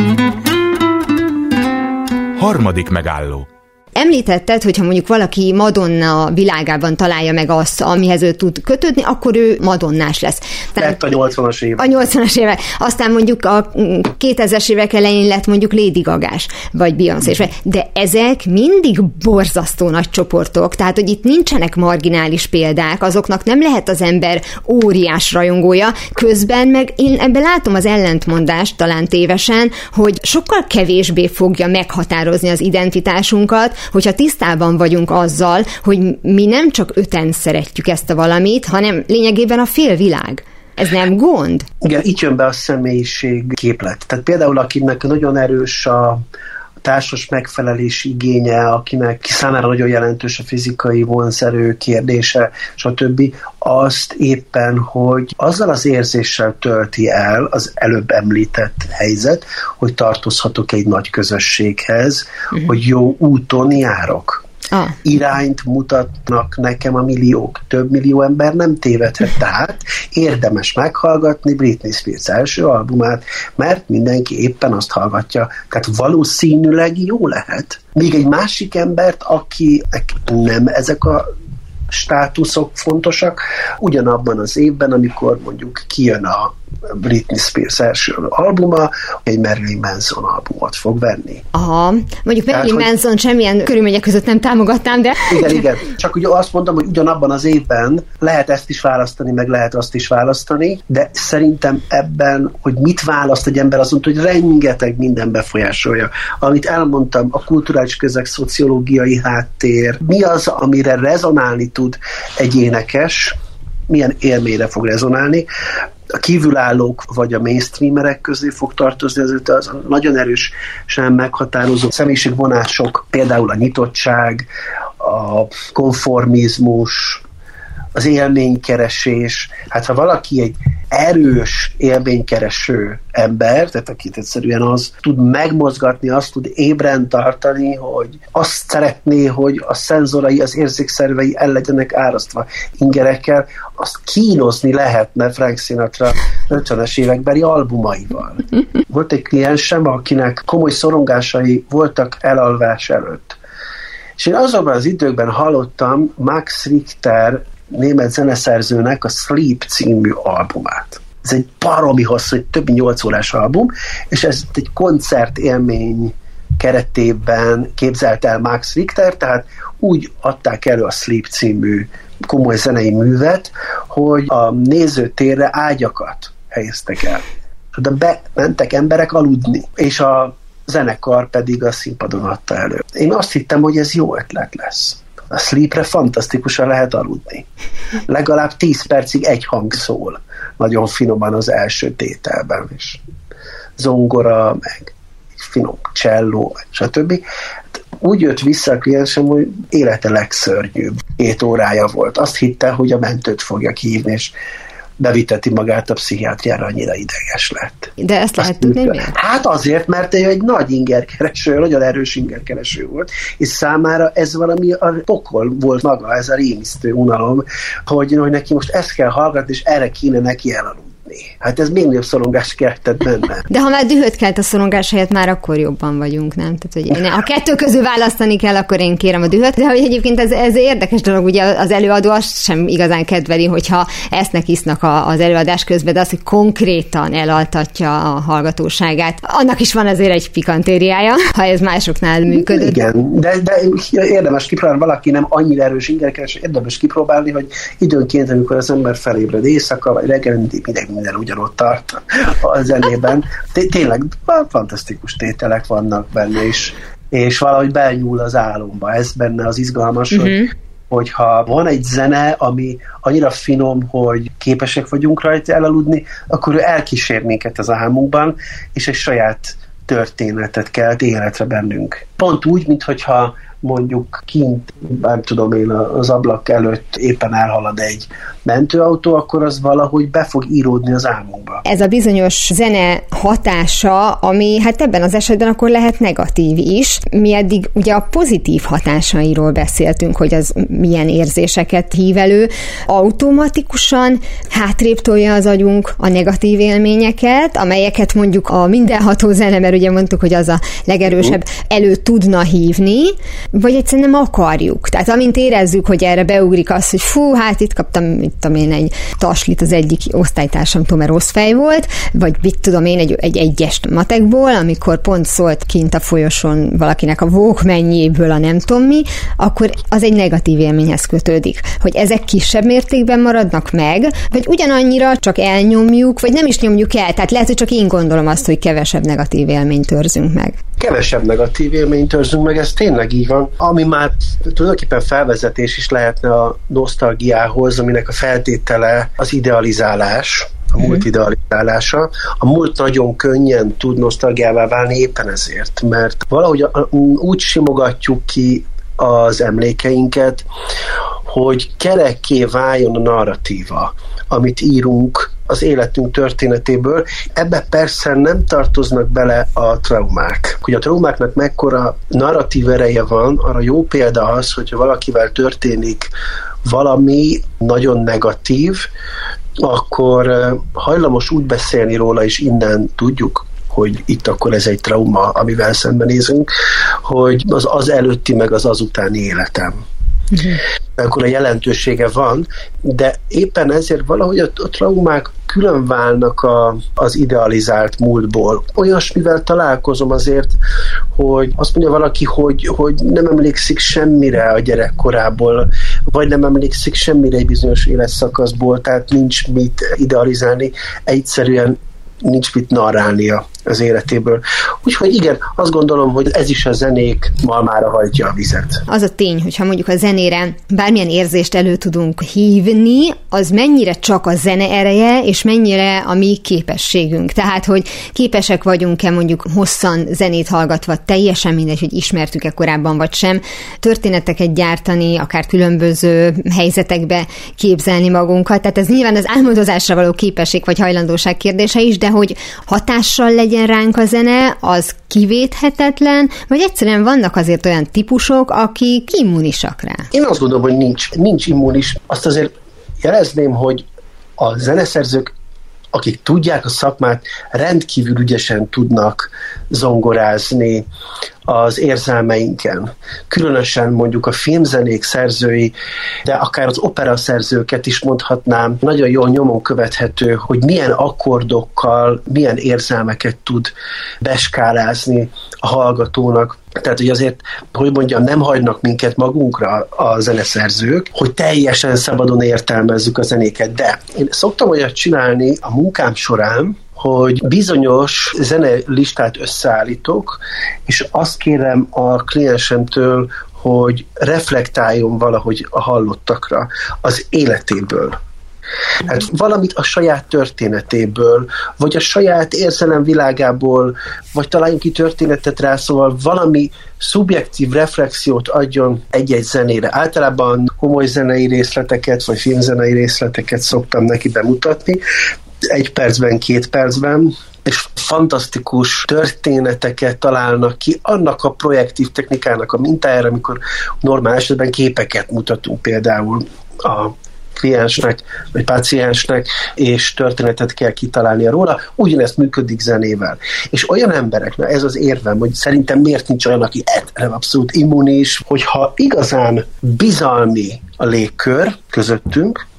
Harmadik megálló. Említetted, hogyha mondjuk valaki Madonna világában találja meg azt, amihez ő tud kötődni, akkor ő madonnás lesz. Tehát a nyolcvanas évek. A nyolcvanas évek. Aztán mondjuk a kétezres évek elején lett mondjuk Lady Gagás, vagy Beyoncé. De ezek mindig borzasztó nagy csoportok, tehát hogy itt nincsenek marginális példák, azoknak nem lehet az ember óriás rajongója, közben meg én ebben látom az ellentmondást, talán tévesen, hogy sokkal kevésbé fogja meghatározni az identitásunkat, hogyha tisztában vagyunk azzal, hogy mi nem csak öten szeretjük ezt a valamit, hanem lényegében a félvilág. Ez nem gond? Igen, itt jön be a személyiség képlet. Tehát például akinek nagyon erős a társas megfelelés igénye, akinek számára nagyon jelentős a fizikai vonzerő kérdése, stb., azt éppen, hogy azzal az érzéssel tölti el az előbb említett helyzet, hogy tartozhatok egy nagy közösséghez, uh-huh. hogy jó úton járok. Ah. Irányt mutatnak nekem a milliók. Több millió ember nem tévedhet, tehát érdemes meghallgatni Britney Spears első albumát, mert mindenki éppen azt hallgatja. Tehát valószínűleg jó lehet. Még egy másik embert, akinek nem ezek a státuszok fontosak, ugyanabban az évben, amikor mondjuk kijön a Britney Spears első albuma, egy Marilyn Manson albumot fog venni. Aha, mondjuk Marilyn Manson hogy... semmilyen körülmények között nem támogatnám, de... Igen, igen. Csak ugye azt mondom, hogy ugyanabban az évben lehet ezt is választani, meg lehet azt is választani, de szerintem ebben, hogy mit választ egy ember, azon, hogy rengeteg minden befolyásolja. Amit elmondtam, a kulturális közeg, szociológiai háttér, mi az, amire rezonálni tud egy énekes, milyen élményre fog rezonálni, a kívülállók vagy a mainstreamerek közé fog tartozni, ezért az nagyon erősen meghatározó személyiségvonások, például a nyitottság, a konformizmus, az élménykeresés. Hát ha valaki egy erős élménykereső ember, tehát akit egyszerűen az tud megmozgatni, azt tud ébren tartani, hogy azt szeretné, hogy a szenzorai, az érzékszervei el legyenek árasztva ingerekkel, azt kínozni lehetne Frank Sinatra ötvenes évekbeli albumaival. Volt egy kliensem, akinek komoly szorongásai voltak elalvás előtt. És én azonban az időkben hallottam Max Richter német zeneszerzőnek a Sleep című albumát. Ez egy baromi hosszú, egy több mint nyolc órás album, és ez egy koncertélmény keretében képzelt el Max Richter, tehát úgy adták elő a Sleep című komoly zenei művet, hogy a nézőtérre ágyakat helyeztek el. Oda bementek emberek aludni, és a zenekar pedig a színpadon adta elő. Én azt hittem, hogy ez jó ötlet lesz. A Sleepre fantasztikusan lehet aludni. Legalább tíz percig egy hang szól. Nagyon finoman az első tételben is. Zongora, meg finom cselló, stb. Úgy jött vissza a kliensem, hogy élete legszörnyűbb két órája volt. Azt hitte, hogy a mentőt fogja hívni, és beviteti magát a pszichiátriára, annyira ideges lett. De ezt lehet tudni miért? Hát azért, mert ő egy nagy ingerkereső, nagyon erős ingerkereső volt, és számára ez valami a pokol volt maga, ez a rémisztő unalom, hogy, hogy neki most ezt kell hallgatni, és erre kéne neki elaludni. Hát ez még nagyobb szorongást keltett benne. De ha már dühöt kelt a szorongás helyett, már akkor jobban vagyunk, nem? Tehát, hogy a kettő közül választani kell, akkor én kérem a dühöt. De hogy egyébként ez, ez érdekes dolog, ugye az előadó azt sem igazán kedveli, hogyha esznek, isznak az előadás közben, de az, hogy konkrétan elaltatja a hallgatóságát. Annak is van azért egy pikantériája, ha ez másoknál működött. Igen, de, de érdemes kipróbálni, valaki nem annyira erős ingerkeres, érdemes kipróbálni, hogy időnként, amikor az ember felébred éjszaka, vagy reggel, mindegy, minden ugyanott tart a zenében. Tényleg fantasztikus tételek vannak benne is, és valahogy belnyúl az álomba. Ez benne az izgalmas, uh-huh. hogy, hogyha van egy zene, ami annyira finom, hogy képesek vagyunk rajta elaludni, akkor ő elkísér minket az álmunkban, és egy saját történetet kelt életre bennünk. Pont úgy, minthogyha mondjuk kint, nem tudom én, az ablak előtt éppen elhalad egy mentőautó, akkor az valahogy be fog íródni az álmunkba. Ez a bizonyos zene hatása, ami hát ebben az esetben akkor lehet negatív is. Mi eddig ugye a pozitív hatásairól beszéltünk, hogy az milyen érzéseket hív elő. Automatikusan hátrébb tolja az agyunk a negatív élményeket, amelyeket mondjuk a mindenható zene, mert ugye mondtuk, hogy az a legerősebb, elő tudna hívni, vagy egyszerűen nem akarjuk. Tehát amint érezzük, hogy erre beugrik az, hogy fú, hát itt kaptam, mit tudom én, egy taslit az egyik osztálytársamtól, mert rossz fej volt, vagy mit tudom én, egy, egy egyest matekból, amikor pont szólt kint a folyosón valakinek a walkmanjéből a nem tudom mi, akkor az egy negatív élményhez kötődik. Hogy ezek kisebb mértékben maradnak meg, vagy ugyanannyira csak elnyomjuk, vagy nem is nyomjuk el. Tehát lehet, hogy csak én gondolom azt, hogy kevesebb negatív élményt őrzünk meg. Kevesebb negatív élményt őrzünk meg, ez tényleg így van. Ami már tulajdonképpen felvezetés is lehetne a nosztalgiához, aminek a feltétele az idealizálás, a múlt idealizálása. A múlt nagyon könnyen tud nosztalgiává válni éppen ezért, mert valahogy úgy simogatjuk ki az emlékeinket, hogy kerekké váljon a narratíva, amit írunk az életünk történetéből. Ebbe persze nem tartoznak bele a traumák. Hogy a traumáknak mekkora narratív ereje van, arra jó példa az, hogyha valakivel történik valami nagyon negatív, akkor hajlamos úgy beszélni róla, és innen tudjuk, hogy itt akkor ez egy trauma, amivel szembenézünk, hogy az az előtti, meg az azutáni életem. Uh-huh. Akkor a jelentősége van, de éppen ezért valahogy a, a traumák külön válnak a, az idealizált múltból. Olyasmivel találkozom azért, hogy azt mondja valaki, hogy, hogy nem emlékszik semmire a gyerekkorából, vagy nem emlékszik semmire egy bizonyos életszakaszból, tehát nincs mit idealizálni, egyszerűen nincs mit narrálnia az életéből. Úgyhogy igen, azt gondolom, hogy ez is a zenék malmára hajtja a vizet. Az a tény, hogyha mondjuk a zenére bármilyen érzést elő tudunk hívni, az mennyire csak a zene ereje, és mennyire a mi képességünk. Tehát, hogy képesek vagyunk-e mondjuk hosszan zenét hallgatva, teljesen mindegy, hogy ismertük-e korábban vagy sem, történeteket gyártani, akár különböző helyzetekbe képzelni magunkat. Tehát ez nyilván az álmodozásra való képesség vagy hajlandóság kérdése is, de hogy hatással legyen ránk a zene, az kivéthetetlen, vagy egyszerűen vannak azért olyan típusok, akik immunisak rá? Én azt gondolom, hogy nincs, nincs immunis. Azt azért jelezném, hogy a zeneszerzők, akik tudják a szakmát, rendkívül ügyesen tudnak zongorázni az érzelmeinken. Különösen mondjuk a filmzenék szerzői, de akár az opera szerzőket is mondhatnám, nagyon jól nyomon követhető, hogy milyen akkordokkal, milyen érzelmeket tud beskálázni a hallgatónak. Tehát, hogy azért, hogy mondjam, nem hagynak minket magunkra a zeneszerzők, hogy teljesen szabadon értelmezzük a zenéket. De én szoktam olyat csinálni a munkám során, hogy bizonyos zenelistát összeállítok, és azt kérem a kliensemtől, hogy reflektáljon valahogy a hallottakra az életéből. Hát valamit a saját történetéből, vagy a saját érzelemvilágából, vagy találjunk ki történetet rá, szóval valami szubjektív reflexiót adjon egy-egy zenére. Általában komoly zenei részleteket, vagy filmzenei részleteket szoktam neki bemutatni, egy percben, két percben, és fantasztikus történeteket találnak ki annak a projektív technikának a mintájára, amikor normál esetben képeket mutatunk például a kliensnek, vagy páciensnek, és történetet kell kitalálnia róla, ugyanezt működik zenével. És olyan emberek, na ez az érvem, hogy szerintem miért nincs olyan, aki erre abszolút immunis, hogyha igazán bizalmi a légkör közöttünk,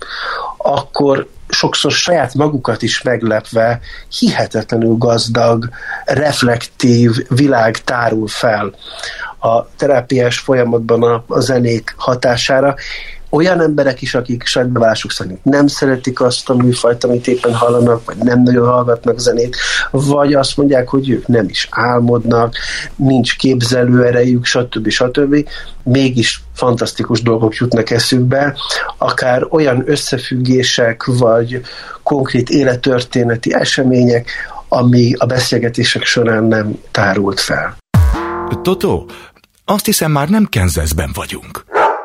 akkor sokszor saját magukat is meglepve hihetetlenül gazdag, reflektív világ tárul fel a terápiás folyamatban a, a zenék hatására. Olyan emberek is, akik saját bevallásuk szerint nem szeretik azt a műfajt, amit éppen hallanak, vagy nem nagyon hallgatnak zenét, vagy azt mondják, hogy ők nem is álmodnak, nincs képzelőerejük, stb. stb. Mégis fantasztikus dolgok jutnak eszükbe, akár olyan összefüggések, vagy konkrét élettörténeti események, ami a beszélgetések során nem tárult fel. Totó, azt hiszem már nem Kansasben vagyunk.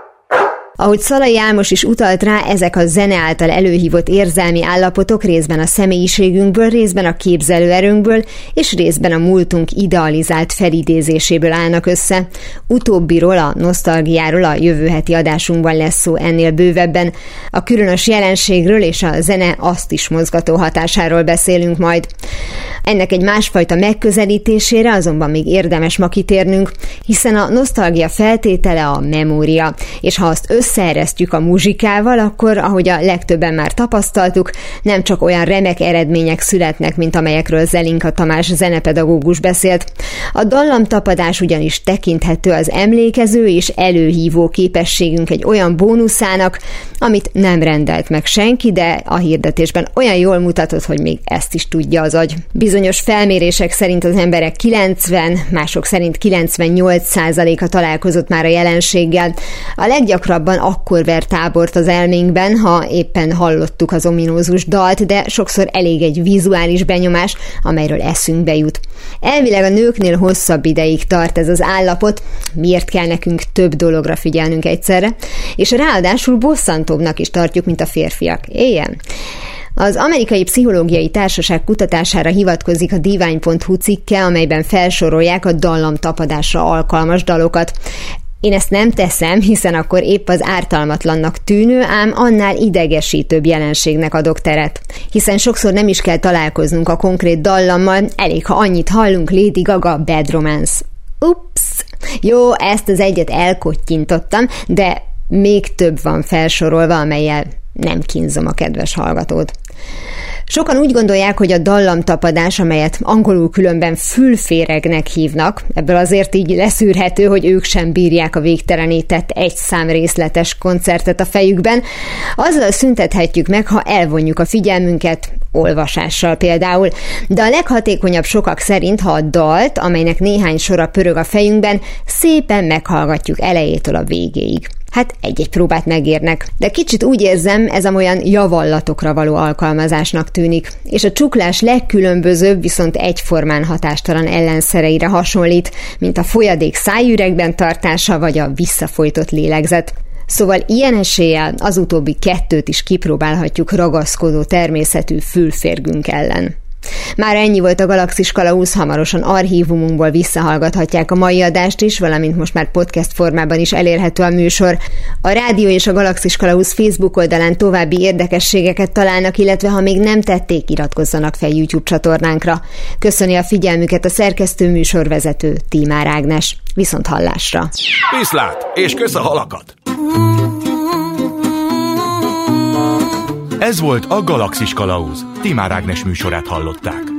Ahogy Szalai Álmos is utalt rá, ezek a zene által előhívott érzelmi állapotok részben a személyiségünkből, részben a képzelőerőnkből, és részben a múltunk idealizált felidézéséből állnak össze. Utóbbiról, a nosztalgiáról a jövő heti adásunkban lesz szó ennél bővebben. A különös jelenségről és a zene azt is mozgató hatásáról beszélünk majd. Ennek egy másfajta megközelítésére azonban még érdemes ma kitérnünk, hiszen a nosztalgia feltétele a memória, és ha azt összeeresztjük a muzsikával, akkor, ahogy a legtöbben már tapasztaltuk, nem csak olyan remek eredmények születnek, mint amelyekről Zelinka Tamás zenepedagógus beszélt. A dallamtapadás ugyanis tekinthető az emlékező és előhívó képességünk egy olyan bónuszának, amit nem rendelt meg senki, de a hirdetésben olyan jól mutatott, hogy még ezt is tudja az agy. Bizonyos felmérések szerint az emberek kilencven, mások szerint kilencvennyolc százaléka találkozott már a jelenséggel. A leggyakrabban akkor ver tábort az elménkben, ha éppen hallottuk az ominózus dalt, de sokszor elég egy vizuális benyomás, amelyről eszünkbe jut. Elvileg a nőknél hosszabb ideig tart ez az állapot, miért kell nekünk több dologra figyelnünk egyszerre, és ráadásul bosszantóbbnak is tartjuk, mint a férfiak. Éljen! Az Amerikai Pszichológiai Társaság kutatására hivatkozik a Divine pont hu cikke, amelyben felsorolják a dallamtapadásra alkalmas dalokat. Én ezt nem teszem, hiszen akkor épp az ártalmatlannak tűnő, ám annál idegesítőbb jelenségnek adok teret. Hiszen sokszor nem is kell találkoznunk a konkrét dallammal, elég, ha annyit hallunk Lady Gaga Bad Romance. Ups! Jó, ezt az egyet elkottyintottam, de még több van felsorolva, amellyel nem kínzom a kedves hallgatót. Sokan úgy gondolják, hogy a dallamtapadás, amelyet angolul különben fülféregnek hívnak, ebből azért így leszűrhető, hogy ők sem bírják a végtelenített egy szám részletes koncertet a fejükben, azzal szüntethetjük meg, ha elvonjuk a figyelmünket, olvasással például. De a leghatékonyabb sokak szerint, ha a dalt, amelynek néhány sora pörög a fejünkben, szépen meghallgatjuk elejétől a végéig. Hát egy-egy próbát megérnek, de kicsit úgy érzem, ez amolyan javallatokra való alkalmazásnak tűnik, és a csuklás legkülönbözőbb, viszont egyformán hatástalan ellenszereire hasonlít, mint a folyadék szájüregben tartása vagy a visszafojtott lélegzet. Szóval ilyen eséllyel az utóbbi kettőt is kipróbálhatjuk ragaszkodó természetű fülférgünk ellen. Már ennyi volt a Galaxis Kalauz, hamarosan archívumunkból visszahallgathatják a mai adást is, valamint most már podcast formában is elérhető a műsor. A Rádió és a Galaxis Kalauz Facebook oldalán további érdekességeket találnak, illetve ha még nem tették, iratkozzanak fel YouTube csatornánkra. Köszöni a figyelmüket a szerkesztő műsorvezető Tímár Ágnes. Viszont hallásra! Viszlát, és kösz a halakat! Ez volt a Galaxis Kalauz. Tímár Ágnes műsorát hallották.